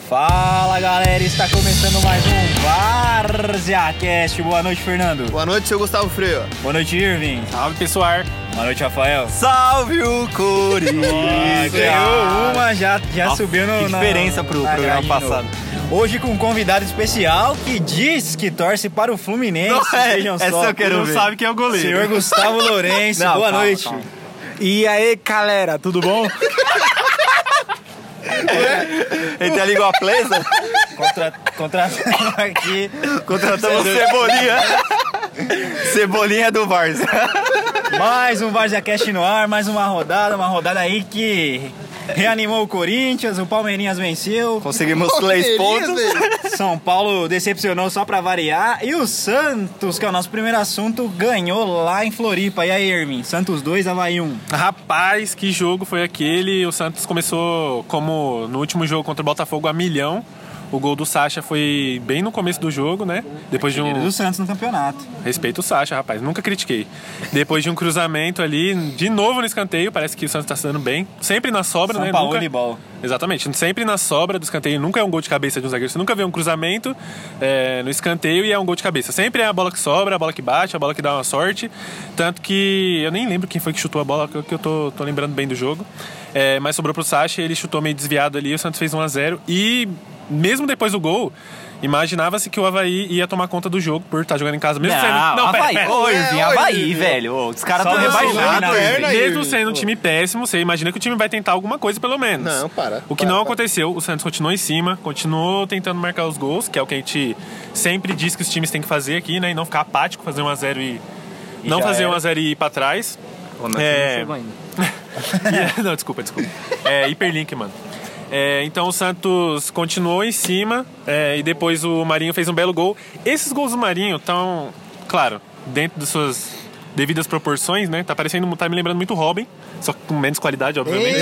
Fala galera, está começando mais um VarziaCast. Boa noite, Fernando. Boa noite, seu Gustavo Freio. Boa noite, Irving. Salve, pessoal. Boa noite, Rafael. Salve o Corinthians! Ganhou uma, já subiu no... Que diferença pro programa passado. Hoje com um convidado especial que diz que torce para o Fluminense. Não, Vejam essa só. eu quero Não ver. sabe quem é o goleiro. Senhor Gustavo Lourenço, Não, boa calma, noite. calma. E aí, galera, tudo bom? Ele tem a língua presa? Contratamos aqui. Contratamos Cebolinha. Cebolinha do Várzea. Mais um VarziaCast no ar, mais uma rodada aí que reanimou o Corinthians, o Palmeirinhas venceu, Conseguimos 3 pontos. São Paulo decepcionou só pra variar, e o Santos, que é o nosso primeiro assunto, ganhou lá em Floripa. E aí, Irving? Santos 2, Avaí 1. Rapaz, que jogo foi aquele? O Santos começou, como no último jogo contra o Botafogo, a milhão. O gol do Sacha foi bem no começo do jogo, né? Depois de Do Santos no campeonato. Respeito o Sacha, rapaz, nunca critiquei. Depois de um cruzamento ali, de novo no escanteio, parece que o Santos tá se dando bem. Sempre na sobra, São né? Paulo Nunca... de bola. Exatamente, sempre na sobra do escanteio. Nunca é um gol de cabeça de um zagueiro. Você nunca vê um cruzamento no escanteio e é um gol de cabeça. Sempre é a bola que sobra, a bola que bate, a bola que dá uma sorte. Tanto que eu nem lembro quem foi que chutou a bola, que eu tô lembrando bem do jogo. Mas sobrou pro Sacha, ele chutou meio desviado ali, o Santos fez 1-0 e... Mesmo depois do gol, imaginava-se que o Avaí ia tomar conta do jogo por estar jogando em casa. Mesmo sendo... Avaí. pera. Ô, Irving, Avaí, velho. Ô, os caras Só estão rebaixados. rebaixado, Mesmo sendo um time péssimo, você imagina que o time vai tentar alguma coisa pelo menos. Não, para. O que não aconteceu, o Santos continuou em cima, continuou tentando marcar os gols, que é o que a gente sempre diz que os times têm que fazer aqui, né? E não ficar apático, fazer 1-0 e não fazer 1-0 e ir pra trás. Ô, meu time não chegou ainda. Não, desculpa. Hiperlink, mano. Então o Santos continuou em cima e depois o Marinho fez um belo gol. Esses gols do Marinho estão, claro, dentro das suas devidas proporções, né? Tá me lembrando muito o Robin, só que com menos qualidade, obviamente.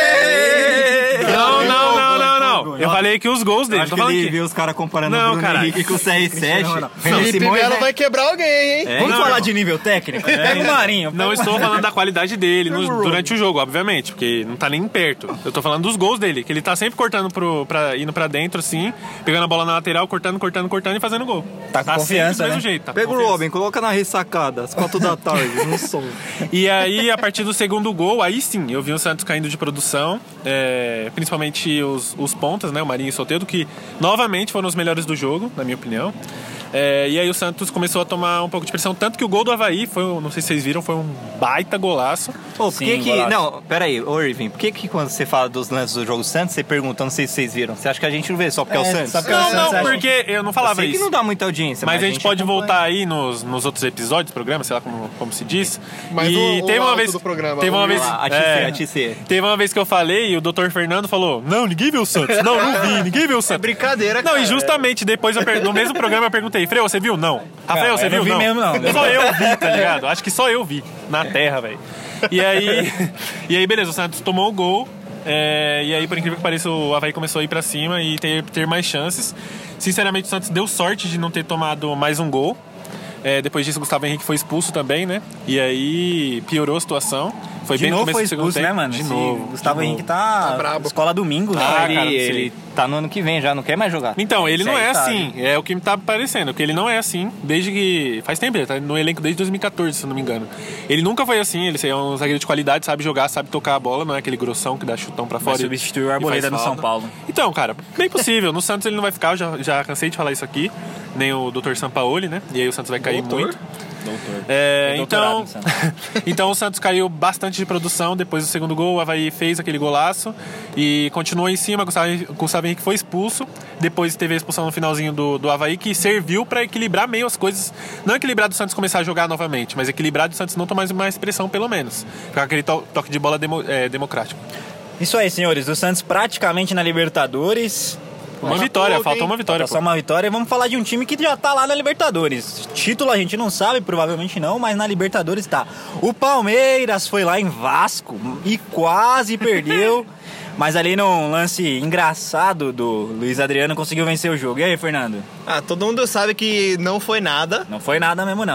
Não. Eu falei que os gols dele. Acho que ele viu os caras comparando o Bruno Henrique com o CR7. Felipe Melo vai quebrar alguém, hein? Vamos falar de nível técnico? Pega o Marinho. Não estou falando da qualidade dele durante o jogo, obviamente, porque não tá nem perto. Eu tô falando dos gols dele, que ele tá sempre cortando indo pra dentro, assim, pegando a bola na lateral, cortando e fazendo gol. Tá com confiança, sempre do mesmo né? jeito. Tá com Pega o confiança. Robin, coloca na ressacada, às 4 da tarde, no som. E aí, a partir do segundo gol, aí sim, eu vi o Santos caindo de produção, principalmente os pontas, né, o Marinho e o Soteldo, que novamente foram os melhores do jogo, na minha opinião. E aí o Santos começou a tomar um pouco de pressão, tanto que o gol do Avaí não sei se vocês viram, foi um baita golaço. Pô, por que Sim, que... golaço. Não, peraí, ô Irving, por que quando você fala dos lances do jogo do Santos, você pergunta, não sei se vocês viram, você acha que a gente não vê só porque é o Santos? só porque é o Santos, Não, acho porque eu não Eu falava sei que isso. não dá muita audiência, Mas a gente pode acompanha. voltar aí nos outros episódios do programa, sei lá como se diz. Mas e o teve uma alto vez. do programa, Teve uma o- vez. A TC. Teve uma vez que eu falei e o Dr. Fernando falou: Não, ninguém viu o Santos. Não vi, ninguém viu o Santos. Brincadeira, Não, cara. e justamente depois no mesmo programa eu perguntei: Freio, você viu? Não. Rafael, você eu viu? não vi mesmo, não. Só eu vi, tá ligado? Acho que só eu vi. Na terra, velho. E aí, beleza, o Santos tomou o gol. E aí, por incrível que pareça, o Avaí começou a ir pra cima e ter mais chances. Sinceramente, o Santos deu sorte de não ter tomado mais um gol. Depois disso, o Gustavo Henrique foi expulso também, né? E aí piorou a situação. Foi De bem no novo começo foi do segundo expulso, tempo. né, mano? De Esse novo. Gustavo de Henrique novo. Tá brabo. escola domingo. Ah, cara, Ele tá no ano que vem já, não quer mais jogar. Então, ele Isso não aí é tá, assim. É o que me tá parecendo. Que ele não é assim desde que... Faz tempo, ele tá no elenco desde 2014, se eu não me engano. Ele nunca foi assim. Ele é um zagueiro de qualidade, sabe jogar, sabe tocar a bola. Não é aquele grossão que dá chutão pra fora. Vai substituir o e Arboleda faz no falta. São Paulo. Então, cara, bem possível. No Santos ele não vai ficar. Eu já cansei de falar isso aqui. Nem o Dr. Sampaoli, né? E aí o Santos vai cair muito. Doutor. Então, doutorado em Santos. então o Santos caiu bastante de produção. Depois do segundo gol, o Avaí fez aquele golaço e continuou em cima. O Gustavo Henrique foi expulso. Depois teve a expulsão no finalzinho do Avaí, que serviu para equilibrar meio as coisas. Não equilibrar do Santos começar a jogar novamente, mas equilibrar do Santos não tomar mais pressão, pelo menos. Ficar aquele toque de bola democrático. Isso aí, senhores. O Santos praticamente na Libertadores. Uma vitória, pouco, faltou hein? uma vitória. Só uma vitória. E vamos falar de um time que já tá lá na Libertadores. Título a gente não sabe, provavelmente não, mas na Libertadores tá. O Palmeiras foi lá em Vasco e quase perdeu. Mas ali num lance engraçado do Luiz Adriano conseguiu vencer o jogo. E aí, Fernando? Todo mundo sabe que não foi nada. Não foi nada mesmo, não.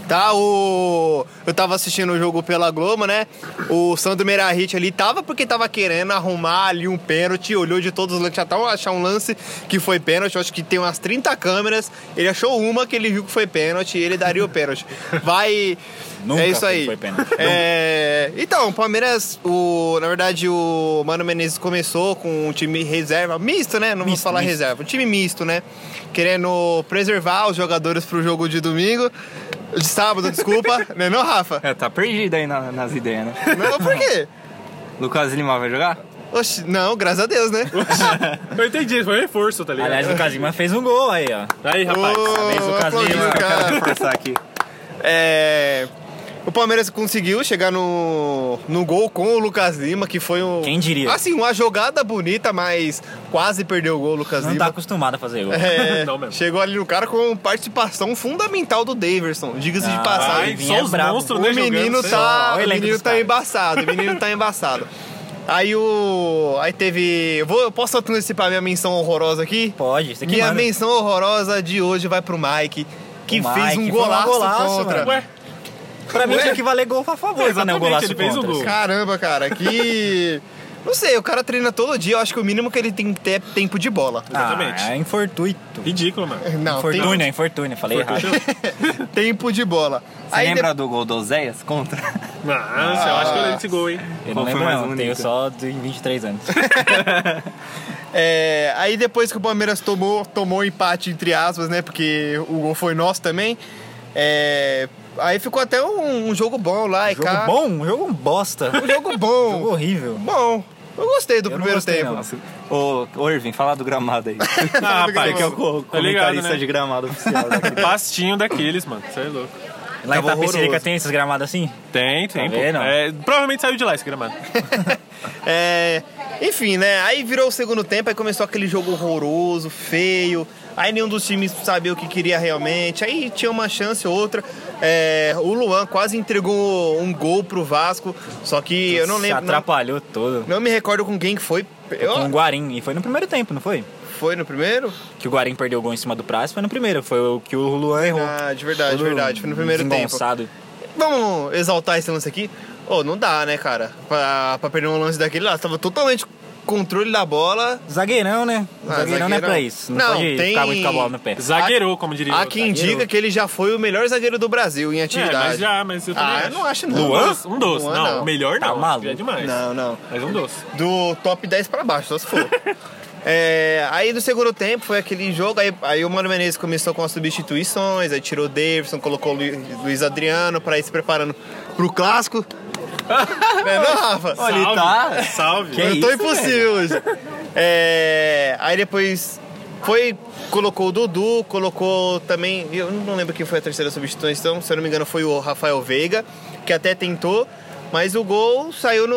Tá, eu tava assistindo o jogo pela Globo, né? O Sandro Meirahit ali tava porque tava querendo arrumar ali um pênalti, olhou de todos os lances, até achar um lance que foi pênalti. Eu acho que tem umas 30 câmeras. Ele achou uma que ele viu que foi pênalti e ele daria o pênalti. Vai. Nunca é isso aí. foi pênalti. Então, o Palmeiras, na verdade, o Mano Menezes começou com um time reserva, misto, né? Não vou falar reserva, um time misto, né? Querendo preservar os jogadores pro jogo de domingo. De sábado, desculpa. Não é não, Rafa? Tá perdido aí nas ideias, né? Não, por quê? Lucas Lima vai jogar? Oxe, não, graças a Deus, né? Eu entendi, foi um reforço, tá ligado? Aliás, o Lucas Lima fez um gol aí, ó. Aí, rapaz. Parabéns, Lucas aplaudiu, Lima. cara. Vou forçar aqui. O Palmeiras conseguiu chegar no gol com o Lucas Lima, que foi um... Quem diria? Assim, uma jogada bonita, mas quase perdeu o gol o Lucas Não Lima. tá acostumado a fazer gol. Não mesmo. Chegou ali no cara com participação fundamental do Daverson, diga-se de Ai, passagem. vinha Só os brabo. monstros, O né, menino jogando, tá, o o elenco menino dos tá caras. embaçado, o menino tá embaçado. Aí teve... Eu posso antecipar minha menção horrorosa aqui? Pode, você que Minha manda. menção horrorosa de hoje vai pro Mike, que O fez Mike, um foi um golaço, golaço, contra. mano. Ué, Pra mim tinha que valer gol a favor, né? O golaço ele fez um contra. gol. Caramba, cara, que... Não sei, o cara treina todo dia, eu acho que o mínimo que ele tem que ter é tempo de bola. Exatamente. Ah, é infortuito. ridículo, mano. Não, Infortúnio, falei errado. tempo de bola. Você lembra do gol do Oséias contra? Nossa, eu acho que eu lembro desse gol, hein? Eu não Qual foi lembro mais não, bonito? tenho só de 23 anos. Aí depois que o Palmeiras tomou empate, entre aspas, né? Porque o gol foi nosso também. Aí ficou até um jogo bom lá. Jogo bom? Um jogo bosta. Um jogo bom. Jogo horrível. Bom, eu gostei do Eu não primeiro gostei, tempo. não. Ô, Irving, fala do gramado aí. Ah, do rapaz, gramado. Que é o tá ligado, comentarista né? de gramado oficial daqui. Pastinho daqueles, mano. Você é louco. Lá em Tava Itapecerica horroroso. tem esses gramados assim? Tem, pô. vendo? Provavelmente saiu de lá esse gramado. Enfim, né? Aí virou o segundo tempo, aí começou aquele jogo horroroso, feio. Aí nenhum dos times sabia o que queria realmente. Aí tinha uma chance ou outra. O Luan quase entregou um gol pro Vasco. Só que eu não Se lembro. atrapalhou todo. Não me recordo com quem que foi. Com o Guarim. E foi no primeiro tempo, não foi? Foi no primeiro? Que o Guarim perdeu o gol em cima do Prazo, foi no primeiro. Foi o que o Luan errou. Ah, de verdade, Todo Foi no primeiro tempo. desengonçado. Vamos exaltar esse lance aqui? Não dá, né, cara? Pra perder um lance daquele lá. Tava totalmente controle da bola. Zagueirão, né? Ah, Zagueirão não é zagueirão. pra isso. Não, Não, pode tem- ficar muito com a bola no pé. Zagueirou, como diria o Há outro. quem zagueiro. diga que ele já foi o melhor zagueiro do Brasil em atividade. Mas eu também eu acho. não acho não. Um doce. Luan, Não, o melhor Tá não. maluco. É demais. Não. Mas um doce. Do top 10 pra baixo, só se for. Aí no segundo tempo foi aquele jogo, aí o Mano Menezes começou com as substituições, aí tirou o Davidson, colocou o Luiz Adriano pra ir se preparando pro clássico. Não, Rafa? Olha, ele tá... Salve. Que Eu tô isso, impossível hoje. Aí depois colocou o Dudu, colocou também. Eu não lembro quem foi a terceira substituição, se eu não me engano foi o Rafael Veiga, que até tentou, mas o gol saiu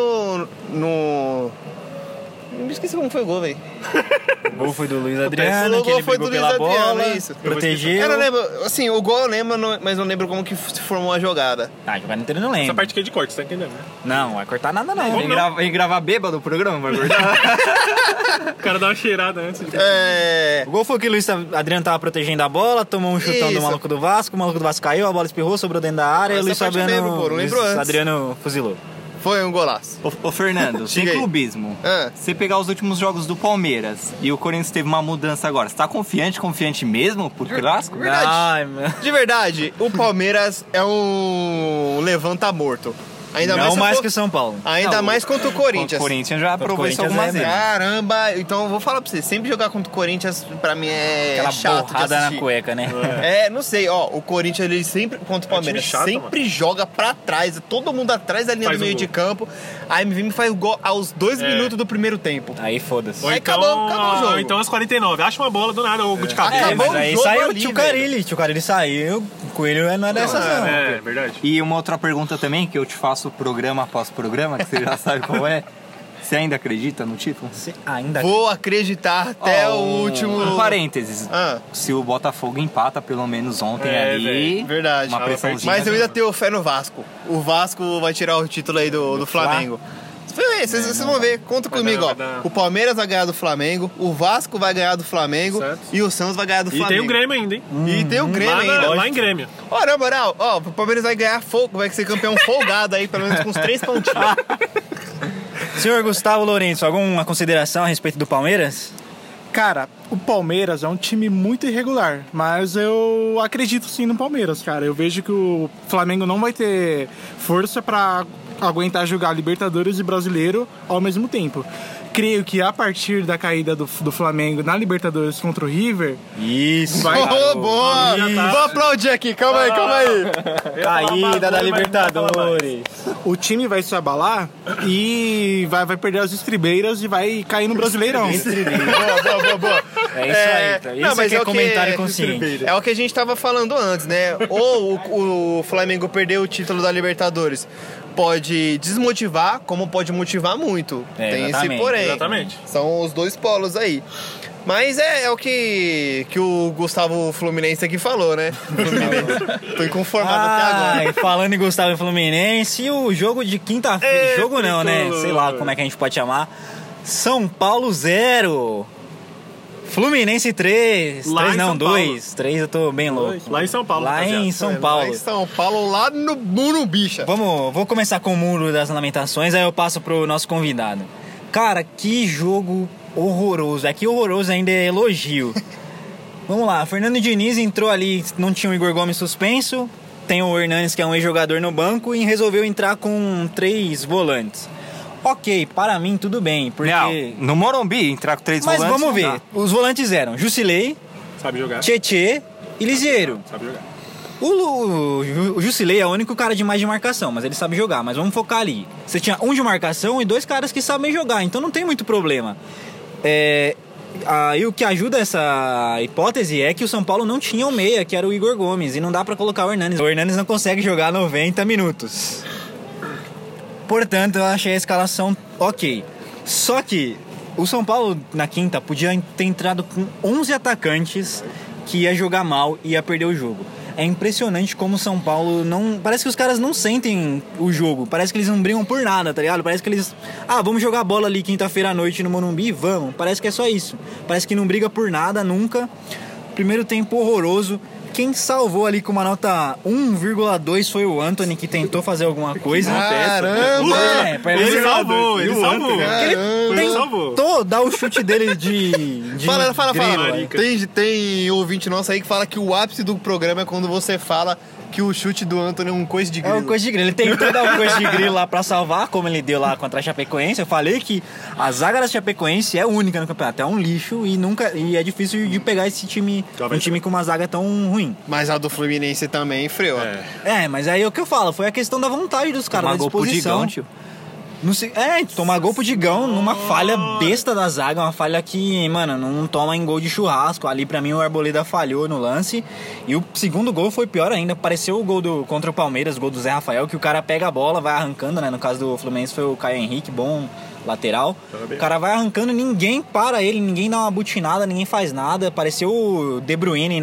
no. Me esqueci como foi o gol, velho. O gol foi do Luiz Adriano, O que gol ele foi brigou do pela Luiz Adriano, bola, isso. protegeu. Eu não lembro, assim, o gol eu lembro, mas não lembro como que se formou a jogada. Ah, jogando inteiro eu não Essa lembro. parte aqui é de corte, você tá entendendo, né? Não, vai cortar nada não. Vem gravar bêbado o programa, vai cortar? O cara dá uma cheirada antes de... O gol foi que o Luiz Adriano tava protegendo a bola, tomou um chutão do Isso. maluco do Vasco, o maluco do Vasco caiu, a bola espirrou, sobrou dentro da área e o Essa Luiz parte eu Adriano, lembro, pô, não lembro Luiz antes. Adriano fuzilou. Foi um golaço. Ô, Fernando, sem Diga aí. clubismo. Ah. Você pegar os últimos jogos do Palmeiras e o Corinthians teve uma mudança agora, você tá confiante mesmo pro clássico? Verdade. Ai, meu. De verdade, o Palmeiras é um levanta-morto. Ainda Não se mais for- que o São Paulo. Ainda Não, mais contra o Corinthians. O Corinthians já provou isso Corinthians algumas é vezes. Caramba, então eu vou falar pra você, sempre jogar contra o Corinthians pra mim é Aquela chato de borrada na assistir. cueca, né? Não sei, o Corinthians ele sempre, contra o Palmeiras, time chato, sempre joga pra trás, todo mundo atrás da linha Faz do um meio gol. de campo. A MVM faz o gol aos 2 minutos do primeiro tempo. Aí foda-se. Ou Aí então, acabou o jogo. ou então às 49. Acha uma bola do nada, ou de cabeça. Acabou Mas o aí jogo saiu ali, o Tio Carilli. Tio Carilli saiu, o Coelho não é dessas não. É, verdade. E uma outra pergunta também, que eu te faço programa após programa, que você já sabe qual é. Você ainda acredita no título? Você ainda... Vou acreditar até o último. Um parênteses. Ah. Se o Botafogo empata, pelo menos ontem É, ali. velho. Verdade. Uma pressãozinha. Mas eu ainda tenho fé no Vasco. O Vasco vai tirar o título aí do Flamengo. Vocês vão ver, conta comigo, ó. O Palmeiras vai ganhar do Flamengo, o Vasco vai ganhar do Flamengo Certo. e o Santos vai ganhar do Flamengo. E tem o Grêmio ainda, hein? E tem o Grêmio ainda. Lá em Grêmio. Ó, na moral, ó, o Palmeiras vai ganhar vai ser campeão folgado aí, pelo menos com uns 3 pontinhos. Senhor Gustavo Lourenço, alguma consideração a respeito do Palmeiras? Cara, o Palmeiras é um time muito irregular, mas eu acredito sim no Palmeiras, cara. Eu vejo que o Flamengo não vai ter força pra aguentar jogar Libertadores e Brasileiro ao mesmo tempo. Creio que a partir da caída do Flamengo na Libertadores contra o River... Isso. Vai, Boa! Vou aplaudir aqui, calma aí. Caída da Libertadores. O time vai se abalar e vai perder as estribeiras e vai cair no Brasileirão. Boa. É isso aí, tá? Isso aqui é comentário consciente. É o que a gente tava falando antes, né? Ou o Flamengo perdeu o título da Libertadores pode desmotivar, como pode motivar muito. Tem esse porém. Exatamente. São os dois polos aí. Mas é o que o Gustavo Fluminense aqui falou, né? Tô inconformado até agora. E falando em Gustavo Fluminense, o jogo de quinta-feira... Jogo não, né? Sei lá como é que a gente pode chamar. São Paulo 0. Fluminense 3. Lá 3 em não, São 2. 3 eu tô bem louco. Lá em São Paulo. Lá rapaziada. em São Paulo. Lá em São Paulo, lá no Burumbicha. Vou começar com o Muro das Lamentações, aí eu passo pro nosso convidado. Cara, que jogo horroroso. Aqui horroroso ainda é elogio. Vamos lá, Fernando Diniz entrou ali, não tinha o Igor Gomes suspenso, tem o Hernanes, que é um ex-jogador no banco, e resolveu entrar com 3 volantes. Ok, para mim tudo bem, porque... Não, no Morumbi, entrar com 3 volantes... Mas vamos ver, não dá. os volantes eram Jusilei, Sabe jogar. Tietê e Lisieiro. Sabe jogar. O Jusilei é o único cara de mais de marcação, mas ele sabe jogar, mas vamos focar ali. Você tinha um de marcação e 2 caras que sabem jogar, então não tem muito problema. E o que ajuda essa hipótese é que o São Paulo não tinha o meia, que era o Igor Gomes, e não dá pra colocar o Hernanes. O Hernanes não consegue jogar 90 minutos. Portanto, eu achei a escalação ok. Só que o São Paulo, na quinta, podia ter entrado com 11 atacantes que ia jogar mal e ia perder o jogo. É impressionante como o São Paulo não... Parece que os caras não sentem o jogo. Parece que eles não brigam por nada, tá ligado? Parece que eles... vamos jogar bola ali quinta-feira à noite no Morumbi? Vamos. Parece que é só isso. Parece que não briga por nada, nunca. Primeiro tempo horroroso. Quem salvou ali com uma nota 1,2 foi o Antony, que tentou fazer alguma coisa. Caramba! Ele salvou. Ele tentou dar o chute dele de Fala. grilo. Tem ouvinte nosso aí que fala que o ápice do programa é quando você fala que o chute do Antony é um coice de grilo. É um coice de grilo. Ele tentou dar um coice de grilo lá pra salvar, como ele deu lá contra a Chapecoense. Eu falei que a zaga da Chapecoense é única no campeonato. É um lixo e é difícil de pegar esse time, um time com uma zaga tão ruim. Mas a do Fluminense também freou. Mas aí é o que eu falo, foi a questão da vontade dos caras, da disposição. Tomar gol pro Digão numa falha besta da zaga, uma falha que, mano, não toma em gol de churrasco. Ali pra mim o Arboleda falhou no lance. E o segundo gol foi pior ainda, pareceu o gol contra o Palmeiras, o gol do Zé Rafael, que o cara pega a bola, vai arrancando, né? No caso do Fluminense foi o Caio Henrique, bom lateral. O cara vai arrancando, ninguém para ele, ninguém dá uma butinada, ninguém faz nada. Pareceu o De Bruyne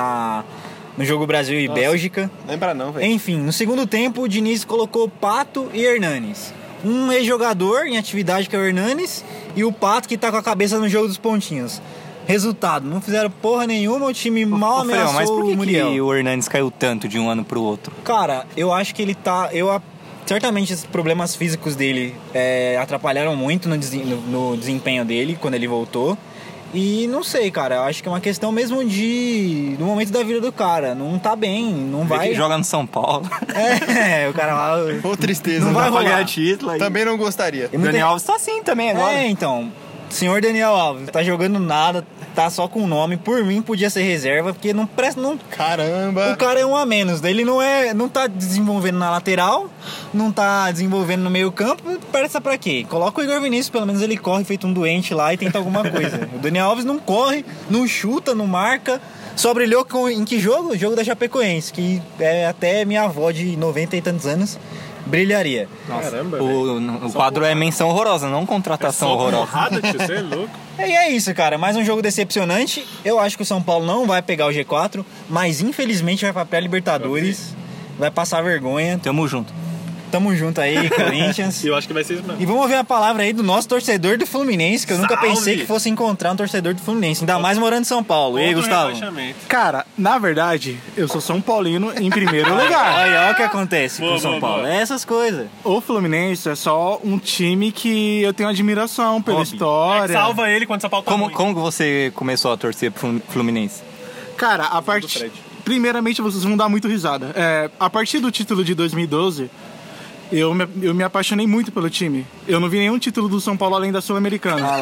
no jogo Brasil e Bélgica. Lembra não, velho. Enfim, no segundo tempo o Diniz colocou Pato e Hernanes. Um ex-jogador em atividade, que é o Hernanes, e o Pato, que tá com a cabeça no jogo dos pontinhos. Resultado, não fizeram porra nenhuma, o time mal ameaçou mas por que o Muriel. Que o Hernanes caiu tanto de um ano pro outro? Cara, eu acho que ele tá... Certamente os problemas físicos dele atrapalharam muito no desempenho dele quando ele voltou. E não sei, cara, eu acho que é uma questão mesmo do momento da vida do cara. Não tá bem, não vai... que joga no São Paulo. O cara lá... Ô, tristeza. Não vai rolar. ganhar título aí. Também não gostaria. O Daniel Alves tá assim também agora. Então... Senhor Daniel Alves, tá jogando nada, tá só com o nome. Por mim, podia ser reserva, porque não presta... Caramba! O cara é um a menos. Ele não tá desenvolvendo na lateral, não tá desenvolvendo no meio campo. Presta pra quê? Coloca o Igor Vinícius, pelo menos ele corre feito um doente lá e tenta alguma coisa. O Daniel Alves não corre, não chuta, não marca. Só brilhou em que jogo? O jogo da Chapecoense, que até minha avó de 90 e tantos anos brilharia. Caramba, o quadro é menção horrorosa, não contratação horrorosa. Você é louco. E é isso, cara. Mais um jogo decepcionante. Eu acho que o São Paulo não vai pegar o G4, mas infelizmente vai pra pré-Libertadores. Vai passar vergonha. Tamo junto. tamo junto aí, Corinthians. E eu acho que vai ser isso mesmo. E vamos ouvir a palavra aí do nosso torcedor do Fluminense, que eu nunca Salve! pensei que fosse encontrar um torcedor do Fluminense, ainda mais morando em São Paulo. E aí, Outro Gustavo? rebaixamento. Cara, na verdade, eu sou São Paulino em primeiro lugar. Olha o que acontece com Boa, o São boa, Paulo. boa. É essas coisas. O Fluminense é só um time que eu tenho admiração pela Óbvio. história. Salva ele quando São Paulo tá ruim. Como que você começou a torcer pro Fluminense? Cara, Fred. primeiramente vocês vão dar muito risada. A partir do título de 2012, eu me apaixonei muito pelo time. Eu não vi nenhum título do São Paulo além da Sul-Americana.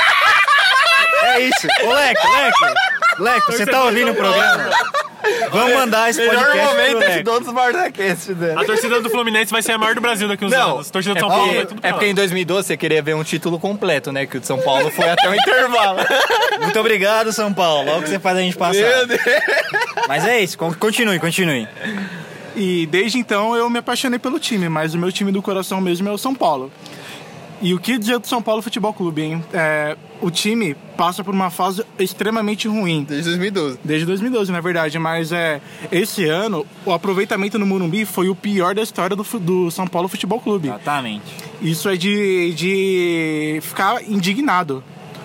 É isso. Ô, Leco, você tá ouvindo o programa? Vamos mandar esse podcast pro Leco. todos os Bardacasts, né? A torcida do Fluminense vai ser a maior do Brasil daqui uns anos. A torcida do São Paulo vai tudo pra É lá. porque em 2012 você queria ver um título completo, né? Que o de São Paulo foi até o intervalo. Muito obrigado, São Paulo. Olha o que você faz a gente passar. Mas é isso, continue. E desde então eu me apaixonei pelo time, mas o meu time do coração mesmo é o São Paulo. E o que dizer do São Paulo Futebol Clube, hein? O time passa por uma fase extremamente ruim. Desde 2012. Desde 2012, na verdade, mas esse ano o aproveitamento no Morumbi foi o pior da história do São Paulo Futebol Clube. Exatamente. Isso é de ficar indignado.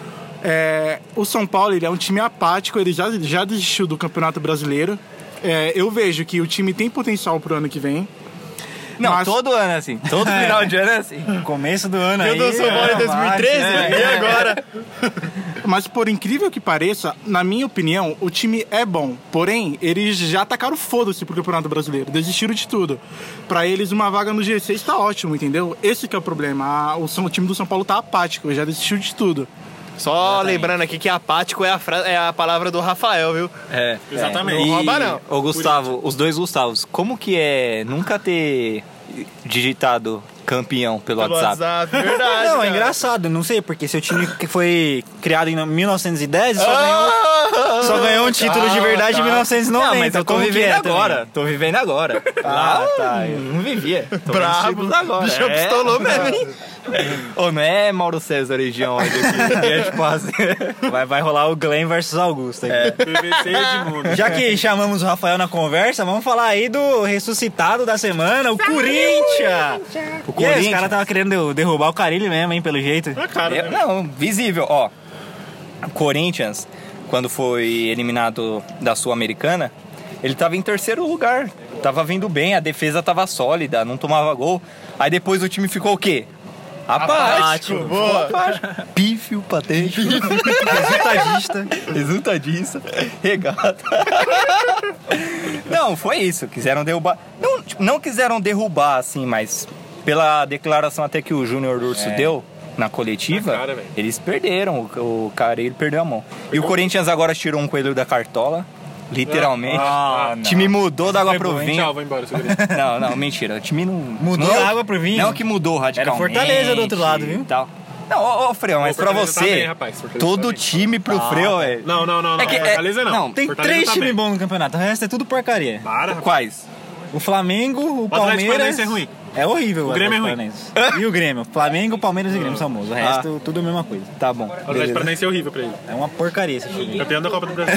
O São Paulo ele é um time apático, ele já desistiu do Campeonato Brasileiro. Eu vejo que o time tem potencial pro ano que vem. Não, Mas- todo ano é assim. Todo final de ano é assim. Começo do ano aí. Eu dou São Paulo em 2013 e agora? Mas por incrível que pareça, na minha opinião, o time é bom. Porém, eles já tacaram foda-se pro Campeonato Brasileiro. Desistiram de tudo. Pra eles, uma vaga no G6 tá ótimo, entendeu? Esse que é o problema. O time do São Paulo tá apático, já desistiu de tudo. Só lembrando aqui que apático é a palavra do Rafael, viu? É. Exatamente. Não rouba, não. Ô, Gustavo, os dois Gustavos, como que é nunca ter digitado campeão pelo WhatsApp? Verdade. Não, é cara. engraçado, não sei, porque seu time que foi criado em 1910 só ganhou um título de verdade em 1990. Não, mas eu tô Como que vivendo é agora. também? Tô vivendo agora. Ah, tá. Eu não vivia. Tô Brabo. vendo títulos agora. Bicho pistolou mesmo, hein? Ô, não é Mauro César região aqui. É tipo assim. Vai rolar o Glenn versus Augusto aqui. PVC Edmundo. Já que chamamos o Rafael na conversa, vamos falar aí do ressuscitado da semana, o Corinthians. E aí, os Corinthians? caras estavam querendo derrubar o Carille mesmo, hein, pelo jeito. É cara, né? Não, visível. Ó, Corinthians, quando foi eliminado da Sul-Americana, ele tava em terceiro lugar. Tava vindo bem, a defesa tava sólida, não tomava gol. Aí depois o time ficou o quê? Apático. Boa. Pífio, patente. Resultadista. Regata. Não, foi isso. Quiseram derrubar. Não quiseram derrubar, assim, mas pela declaração até que o Júnior Urso deu na coletiva, Na cara, velho. eles perderam. O cara, ele perdeu a mão. E o Corinthians agora tirou um coelho da cartola. Literalmente. O time mudou da água pro vinho. Tchau, vou embora. seu querido. Não, mentira. O time não... Mudou não, da água pro vinho? Não que mudou radicalmente. Fortaleza do outro lado, viu? e Tal. Não, ô Freu, mas pra Fortaleza você, tá bem, rapaz. Fortaleza todo tá bem. time pro Freu é... Não. É que- Fortaleza não. não, Tem Fortaleza 3 tá times bem. bons no campeonato, o resto é tudo porcaria. Para, rapaz. Quais? O Flamengo, o Atlético Palmeiras... Paranaense é ruim. É horrível. O Grêmio é Atlético Paranaense. E o Grêmio. Flamengo, Palmeiras e Grêmio são bons. O resto, tudo a mesma coisa. Tá bom. O Atlético Paranaense é horrível pra ele. É uma porcaria esse time. Campeão da Copa do Brasil.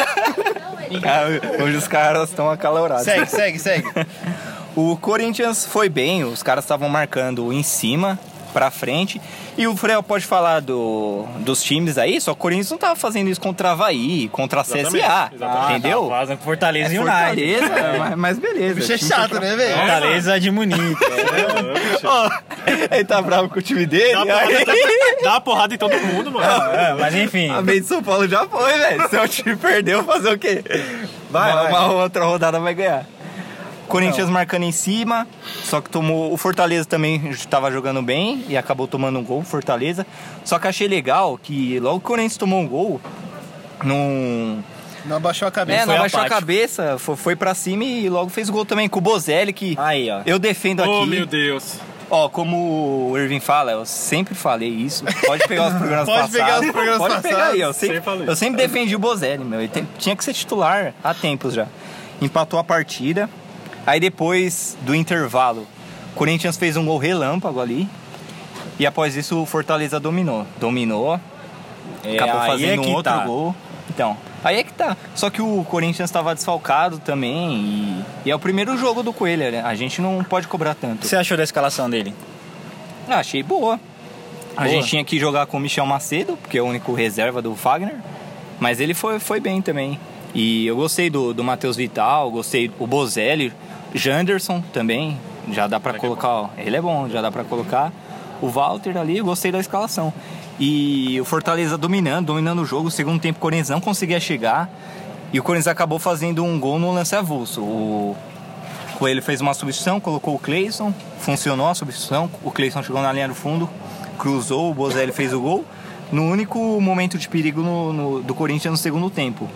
Hoje os caras estão acalorados. Segue. O Corinthians foi bem, os caras estavam marcando em cima, pra frente. E o Freu pode falar dos times aí, só que o Corinthians não tava fazendo isso contra a Avaí, contra a CSA. Exatamente. Entendeu? Fazem com Fortaleza e É United. Fortaleza, mas beleza. Bicho é chato, né, velho? Fortaleza de Munique. Ó, ele tá bravo com o time dele. Dá uma porrada em todo mundo, mano. Mas enfim. A meia de São Paulo já foi, velho. Se o time perdeu, fazer o quê? Uma outra rodada vai ganhar. Corinthians marcando em cima, só que tomou. O Fortaleza também estava jogando bem e acabou tomando um gol, Fortaleza. Só que achei legal que logo que o Corinthians tomou um gol, não abaixou a cabeça. não abaixou a apático. cabeça, foi pra cima e logo fez gol também com o Bozelli, que Aí, ó. eu defendo aqui. Oh, meu Deus. Ó, como o Irving fala, eu sempre falei isso. Pode pegar os programas Pode passados. pegar os programas Pode passados. pegar aí, Sempre falei. eu sempre defendi o Bozelli, meu. Ele tinha que ser titular há tempos já. Empatou a partida. Aí depois do intervalo, o Corinthians fez um gol relâmpago ali. E após isso o Fortaleza dominou. Acabou aí fazendo que um outro tá. gol. Então, aí é que tá. Só que o Corinthians estava desfalcado também e é o primeiro jogo do Coelho, né? A gente não pode cobrar O tanto. que você achou da escalação dele? Achei boa. A gente tinha que jogar com o Michel Macedo, porque é o único reserva do Fagner, mas ele foi bem também. E eu gostei do Matheus Vital, gostei do Bozelli, Janderson também, já dá pra colocar, ó, ele é bom, já dá pra colocar. O Walter ali, eu gostei da escalação. E o Fortaleza dominando o jogo. O segundo tempo o Corinthians não conseguia chegar. E o Corinthians acabou fazendo um gol no lance avulso. O Coelho fez uma substituição, colocou o Cleison. Funcionou a substituição. O Cleison chegou na linha do fundo, cruzou, o Bozelli fez o gol. No único momento de perigo do Corinthians no segundo tempo.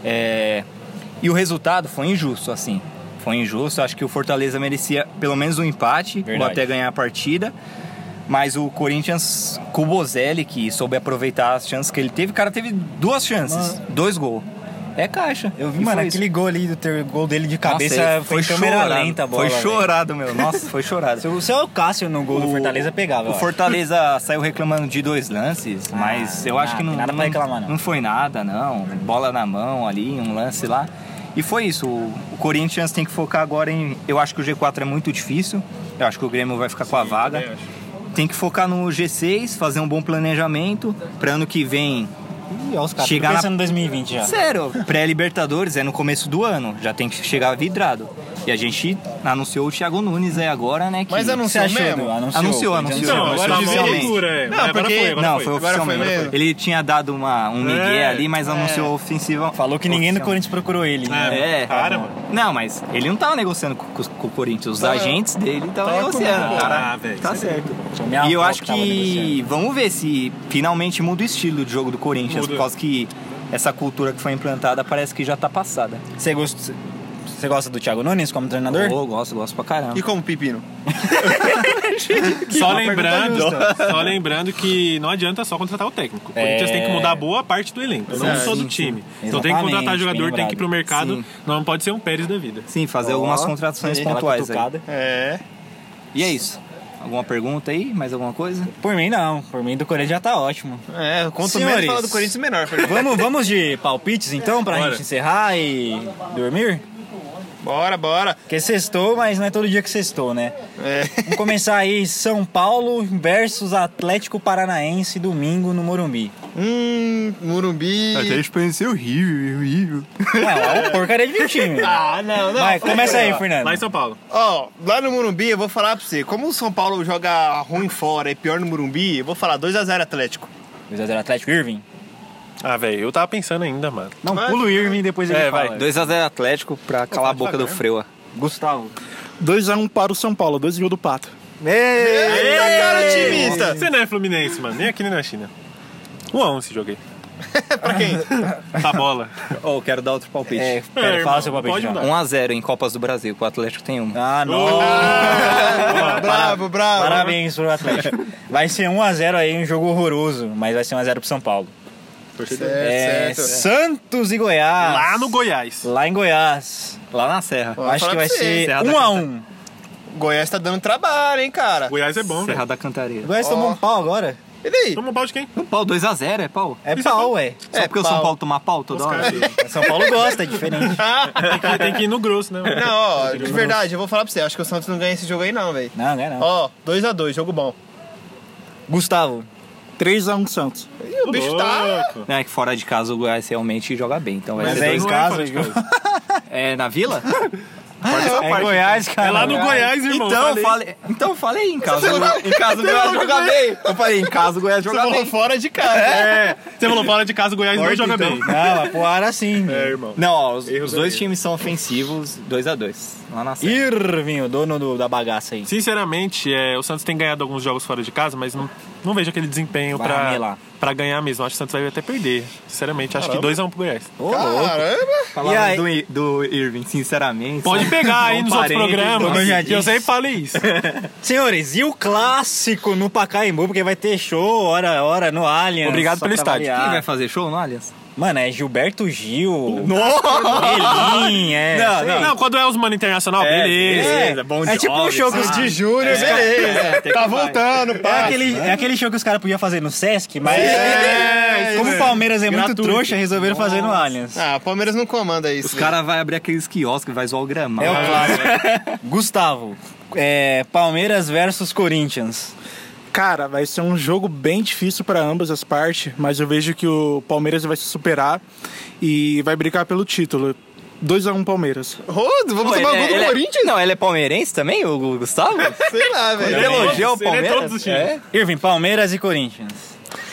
E o resultado foi injusto, assim. Foi injusto. Acho que o Fortaleza merecia pelo menos um empate. Ou até ganhar a partida. Mas o Corinthians, com o Bozelli, que soube aproveitar as chances que ele teve, o cara teve 2 chances, 2 gols. É caixa. Eu vi, mano, aquele gol ali, gol dele de cabeça, Nossa, foi em câmera lenta a bola. Foi chorado, meu. Nossa, foi chorado. Se é o Cássio no gol do Fortaleza, pegava. O Fortaleza saiu reclamando de 2 lances, mas eu acho que não, nada pra reclamar, não. Não foi nada, não. Bola na mão ali, um lance lá. E foi isso. O Corinthians tem que focar agora em... Eu acho que o G4 é muito difícil. Eu acho que o Grêmio vai ficar com a vaga. Tem que focar no G6, fazer um bom planejamento para ano que vem. Ih, ó, os caras chegar pensando em 2020 já. Sério, pré-Libertadores é no começo do ano, já tem que chegar vidrado. E a gente anunciou o Thiago Nunes aí agora, né? Que... Mas anunciou mesmo? Anunciou. Não, agora oficialmente. Não, porque... Não, foi Agora foi oficialmente. mesmo. Ele tinha dado um migué ali, mas anunciou ofensiva. Falou que ninguém do Corinthians procurou ele. Né? Cara, mano. Não, mas ele não tava negociando com o Corinthians. Os agentes dele estavam negociando. Velho. Tá certo. Minha E eu avó acho tava que negociando. vamos ver se finalmente muda o estilo de jogo do Corinthians, Muda. por causa que essa cultura que foi implantada parece que já tá passada. Você gosta do Thiago Nunes como treinador? Eu gosto pra caramba. E como pepino? Só lembrando que não adianta só contratar o técnico. O Corinthians tem que mudar boa parte do elenco, não só do time. Então tem que contratar Exatamente, jogador, bem tem que ir pro mercado, Sim. não pode ser um Pérez da vida. Sim, fazer algumas contratações Aquela pontuais aí. cutucada. É. E é isso. Alguma pergunta aí? Mais alguma coisa? Por mim, não. Por mim, do Corinthians já tá ótimo. Quanto Senhores, menos fala do Corinthians, menor. Vamos de palpites, então, pra Bora. gente encerrar e dormir? Bora. Porque sextou, mas não é todo dia que sextou, né? Vamos começar aí, São Paulo versus Atlético Paranaense, domingo no Morumbi. Morumbi. conheceu o Rio. Não, é uma porcaria de time. Não. Vai, começa aí, Fernando. Lá em São Paulo. Ó, lá no Morumbi, eu vou falar pra você. Como o São Paulo joga ruim fora e pior no Morumbi, eu vou falar 2x0 Atlético. 2x0 Atlético, Irving. Ah, velho, eu tava pensando ainda, mano. Não, pula o Irving e depois ele fala. vai. 2x0 Atlético pra calar a boca do Freua. Gustavo. 2x1 para o São Paulo, 2 gols do Pato. Eita, cara otimista. Você não é Fluminense, mano. Nem aqui nem na China. 1x1 esse jogo aí. Pra quem? A bola. Oh, quero dar outro palpite. Pera, irmão, fala seu palpite. pode não. mudar. 1x0 em Copas do Brasil, que o Atlético tem uma. Ah, não. Bravo. Parabéns pro Atlético. Vai ser 1x0 aí, um jogo horroroso, mas vai ser 1x0 pro São Paulo. Certo. Santos e Goiás. Lá no Goiás. Lá em Goiás. Lá na Serra. Acho falar que vai pra você, ser Serra da 1x1. Goiás tá dando trabalho, hein, cara. Goiás é bom, Serra velho. da Cantareira. Goiás tomou um pau agora. E daí? Toma um pau de quem? Um pau 2x0, é pau? É pau, ué. Só porque o São pau. Paulo tomar pau toda hora? São Paulo gosta, é diferente. Tem que ir no grosso, né? Não, ó, de verdade, eu vou falar pra você. Acho que o Santos não ganha esse jogo aí, não, velho. Não, não é não. Ó, 2x2, jogo bom. Gustavo. 3x1 Santos. Ih, o bicho tá. Não, é que fora de casa o Goiás realmente joga bem. Então vai Mas ser é em dois. casa, É na Vila? é em Goiás, cara. É lá no Goiás, irmão. Então falei em casa. Em casa o Goiás joga bem. Eu falei, em casa o Goiás Você joga falou bem. fora de casa. Você falou fora de casa, o Goiás não joga bem. Não, a Poara sim. É, irmão. Não, ó, os Erros dois aí. times são ofensivos, 2x2. Lá na Serra. Irving, o dono da bagaça aí. Sinceramente, o Santos tem ganhado alguns jogos fora de casa, mas não vejo aquele desempenho Vai ramelar. pra ganhar mesmo. Acho que o Santos vai até perder. Sinceramente, acho que 2x1 pro Goiás. Ô, louco. Caramba. Falando E aí? do Irving, sinceramente. Pode pegar aí nos outros parentes, programas. como eu já que eu disse. sempre falei isso. Senhores, e o clássico no Pacaembu, porque vai ter show, hora no Allianz. Obrigado só pelo pra estádio. variar. Quem vai fazer show no Allianz? Mano, é Gilberto Gil. Nossa! Não, quando é os Mano Internacional, beleza. Bom É tipo um show que os De Júnior, beleza. Tá voltando, pá. É aquele show que os caras podiam fazer no Sesc, mas como o Palmeiras é muito trouxa, resolveram fazer no Allianz. Ah, o Palmeiras não comanda isso. Os caras vão abrir aqueles quiosques, vai zoar o gramado. É o clássico. Gustavo, Palmeiras versus Corinthians. Cara, vai ser um jogo bem difícil para ambas as partes, mas eu vejo que o Palmeiras vai se superar e vai brigar pelo título. 2-1 Palmeiras. Rodo, vamos tomar gol do Corinthians? Não, ele é palmeirense também, o Gustavo? Sei lá, velho. Ele elogiou o Ele é Palmeiras? todos os times. Irving, Palmeiras e Corinthians.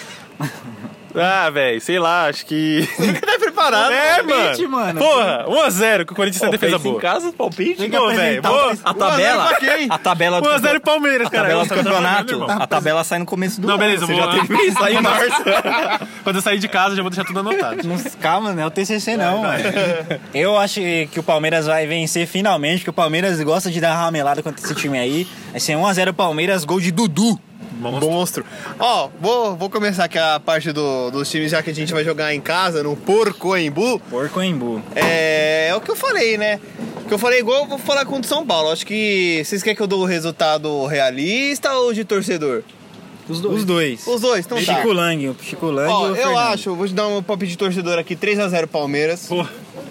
Ah, velho, sei lá, acho que... Tá preparado? Palpite, mano. Porra, 1x0, que o Corinthians tem defesa boa. Em casa, palpite? Tem que Pô, velho, apresentar boa. A tabela, a tabela do 1x0 Palmeiras, cara. tabela do Tá trabalhando, campeonato, irmão. a tabela sai no começo do Não, ano. beleza, Você vou já lá. tem que pensar em março. Quando eu sair de casa, já vou deixar tudo anotado. Calma, não é o TCC não, mano. Eu acho que o Palmeiras vai vencer finalmente, porque o Palmeiras gosta de dar uma ramelada contra esse time aí. Vai ser 1-0 Palmeiras, gol de Dudu. Monstro. Ó, vou começar aqui a parte dos times, já que a gente vai jogar em casa, no Porcoembu. Porcoembu. É o que eu falei, né? O que eu falei igual eu vou falar com o de São Paulo. Acho que vocês querem que eu dou o resultado realista ou de torcedor? Os dois. Os dois, então tá. Chico Lang e o Ó, eu Fernando. acho, vou te dar um palpite de torcedor aqui, 3-0 Palmeiras. Pô,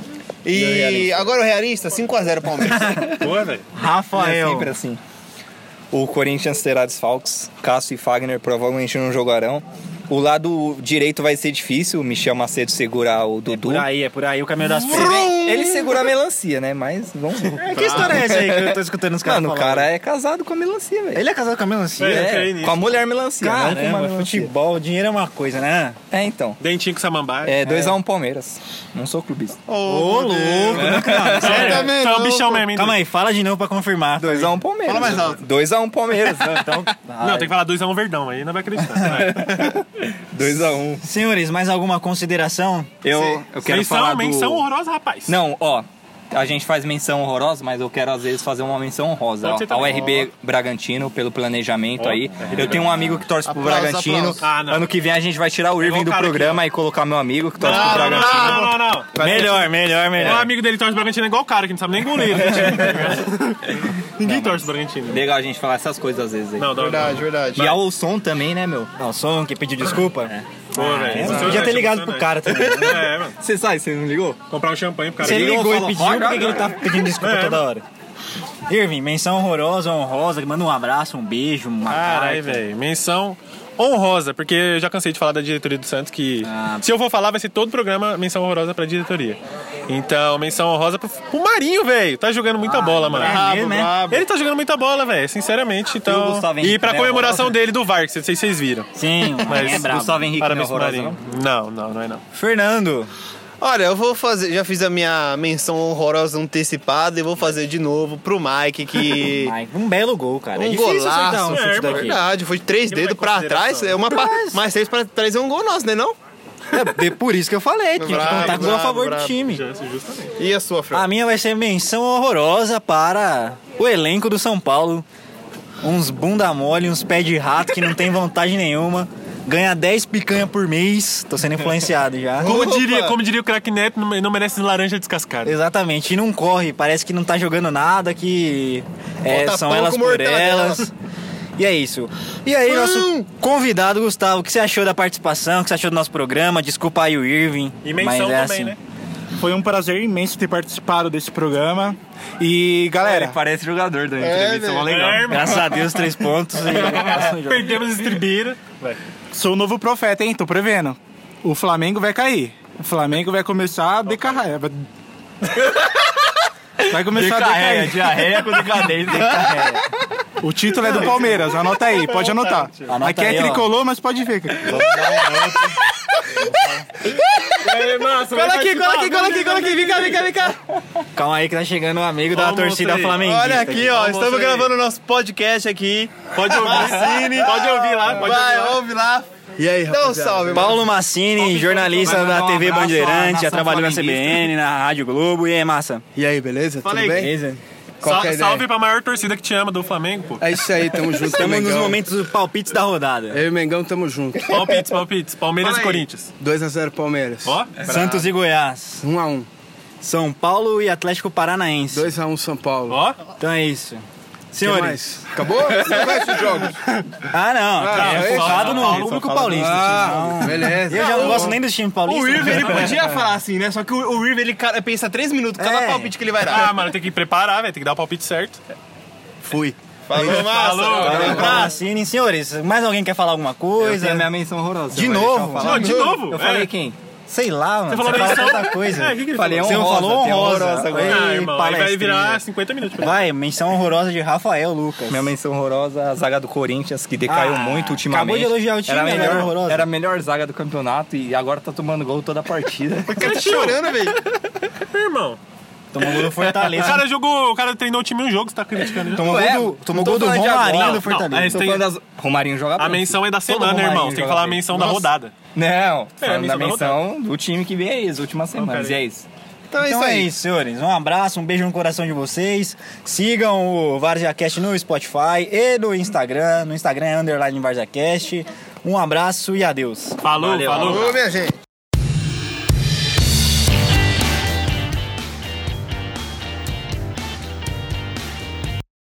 E agora o realista, 5-0 Palmeiras. boa, velho. Rafael. É sempre assim. O Corinthians terá desfalques. Cássio e Fagner provavelmente não jogarão. O lado direito vai ser difícil. O Michel Macedo segurar o Dudu. É por aí o caminho das pedras. Ele segura a melancia, né? Mas vamos ver. Que história é essa aí que eu tô escutando os caras Mano, o falando? cara é casado com a melancia, velho. Ele é casado com a melancia? É. caí nisso. Com a mulher melancia, não com uma Caramba, melancia. futebol, dinheiro é uma coisa, né? É, então. Dentinho com samambaia. É 2x1 Palmeiras. Não sou clubista. Ô, louco. Também Tu é o não, bichão pô. mesmo, hein? Calma aí, fala de novo pra confirmar. 2x1 Palmeiras. Fala mais alto. 2x1 Palmeiras. Então, Não, tem que falar 2x1 Verdão, aí não vai acreditar. 2x1. senhores, mais alguma consideração? Eu quero falar Menção do... horrorosa, rapaz. Não, ó. A gente faz menção honrosa, mas eu quero às vezes fazer uma menção honrosa Pode ser ao também. RB Bragantino pelo planejamento aí. Eu tenho um amigo que torce pro Aplausos, Bragantino. aplausos. Ah, não. Ano que vem a gente vai tirar o Irving igual do o cara programa e colocar meu amigo que torce pro Não, Bragantino. não. Melhor. O amigo dele torce pro Bragantino é igual o cara, que não sabe nem goleiro. Ninguém torce pro Bragantino. Legal a gente falar essas coisas às vezes aí. Não. Verdade. E ao som também, né, meu? Não, só um que pediu desculpa. Pô, velho. Você podia ter ligado pro cara também. É, mano. Você sabe, você não ligou? Comprar um champanhe pro cara. Você ligou e falou, pediu, roda, por que ele tá pedindo desculpa É, toda hora? Irving, menção horrorosa, honrosa, manda um abraço, um beijo, uma Caralho, carta. velho. Menção honrosa, porque eu já cansei de falar da diretoria do Santos, que se eu for falar, vai ser todo o programa menção honrosa pra diretoria. Então, menção honrosa pro Marinho, velho. Tá jogando muita bola, mano. mesmo, né? Ele tá jogando muita bola, velho, sinceramente. E o Então... Gustavo E Henrique, pra né, comemoração honrosa? dele do VAR, que não sei se vocês viram. Sim, Mas é brabo. Gustavo Henrique Parabéns não é pro horrorosa, Marinho. Não é não. Fernando, Olha, eu vou fazer, já fiz a minha menção honrosa antecipada e vou fazer de novo pro Mike, que... um belo gol, cara. É Um difícil golaço, acertar um chute é daqui. verdade, foi de 3 Tem uma dedos pra consideração. trás, mais 3 pra trás é um gol nosso, né não? Por isso que eu falei, tinha que Bravo, contar com o gol a bravo, favor bravo. do time. Justamente. E a sua, Fran? A minha vai ser menção horrorosa para o elenco do São Paulo. Uns bunda mole, uns pés de rato que não tem vantagem nenhuma. Ganha 10 picanha por mês. Tô sendo influenciado já. Como diria o craque Neto, não merece laranja descascada. Exatamente, e não corre, parece que não tá jogando nada, que Bota são pão elas com por mortadela. elas. E é isso. E aí, nosso convidado, Gustavo, o que você achou da participação? O que você achou do nosso programa? Desculpa aí o Irving. E menção mas é também, assim. né? Foi um prazer imenso ter participado desse programa. E, galera, Ele parece jogador da entrevista, velho. mó legal. É, irmão. Graças a Deus, 3 pontos. Perdemos a estribeira. sou o novo profeta, hein? Tô prevendo. O Flamengo vai cair. O Flamengo vai começar a decair. Vai começar a decair. diarreia com decadência. O título é do Palmeiras, anota aí, pode anotar. Anota Aqui aí, é ó. tricolor, mas pode ver. Cola aqui, vem cá. Calma aí que tá chegando um amigo da Ó, torcida mostrei. flamenguista. Olha aqui, ó, estamos moça aí. gravando o nosso podcast aqui. Pode ouvir. Pode ouvir lá. Pode Vai, ouvir lá. ouve lá. E aí, então, salve, mano. Paulo Massini, jornalista Vai mandar da um TV abraço à Bandeirantes, já nação trabalhou na flamenguista. CBN, na Rádio Globo. E aí, massa? E aí, beleza? Fala Tudo aí. bem? Beleza? Qual que é a ideia? Salve pra maior torcida que te ama do Flamengo, pô. É isso aí, tamo junto. Estamos nos Mengão. momentos palpites da rodada. Eu e o Mengão tamo junto. Palpites. Palmeiras Fala e aí. Corinthians. 2x0 Palmeiras. Ó, Santos e Goiás. 1x1. São Paulo e Atlético Paranaense. 2x1 São Paulo. ó. Então é isso. Que Senhores. mais? Acabou? Você não conhece os jogos? Ah, não. Ah, é é focado São no Paulo, público São Paulo. paulista. Ah, senão- beleza. Eu já não gosto nem dos times O paulistas. River, ele podia falar assim, né? Só que o River, ele pensa 3 minutos cada É. palpite que ele vai dar. Ah, mano, tem que preparar, velho. Tem que dar o palpite certo. Fui. Falou, massa. Falou. Valeu, abraço. Assinem, senhores. Mais alguém quer falar alguma coisa? Tem a minha menção horrorosa. De Vai novo? deixar eu falar? Não, de novo? Eu falei É. quem? Sei lá, mano. Você falou fala menção? tanta coisa. É, o que ele Falei falou? Você honrosa, falou tem honrosa. agora. Ei, Ah, irmão, aí vai palestrinha. virar 50 minutos. pra Vai, menção horrorosa de Rafael Lucas. Minha menção horrosa, a zaga do Corinthians, que decaiu Ah, muito ultimamente. acabou de elogiar o time, era a agora é horrorosa. era a melhor zaga do campeonato e agora tá tomando gol toda a partida. Tá chorando, velho. Meu irmão. Tomou gol do Fortaleza. O cara treinou o time em um jogo, você tá criticando ele. Tomou Não é, gol do, tomou não tô gol do falando de Romarinho agora. do Fortaleza. Não, Tô tem- falando das... Romarinho joga A bem. menção é da Todo semana, Romarinho irmão. Você tem que joga falar a bem. menção da Nossa. rodada. Não, falando da menção da menção do time que veio aí as últimas semanas. pera E aí. é isso. Então é Então isso é aí. isso, senhores. Um abraço, um beijo no coração de vocês. Sigam o VarziaCast no Spotify e no Instagram. No Instagram é _VarziaCast. Um abraço e adeus. Falou, falou. Falou, minha gente.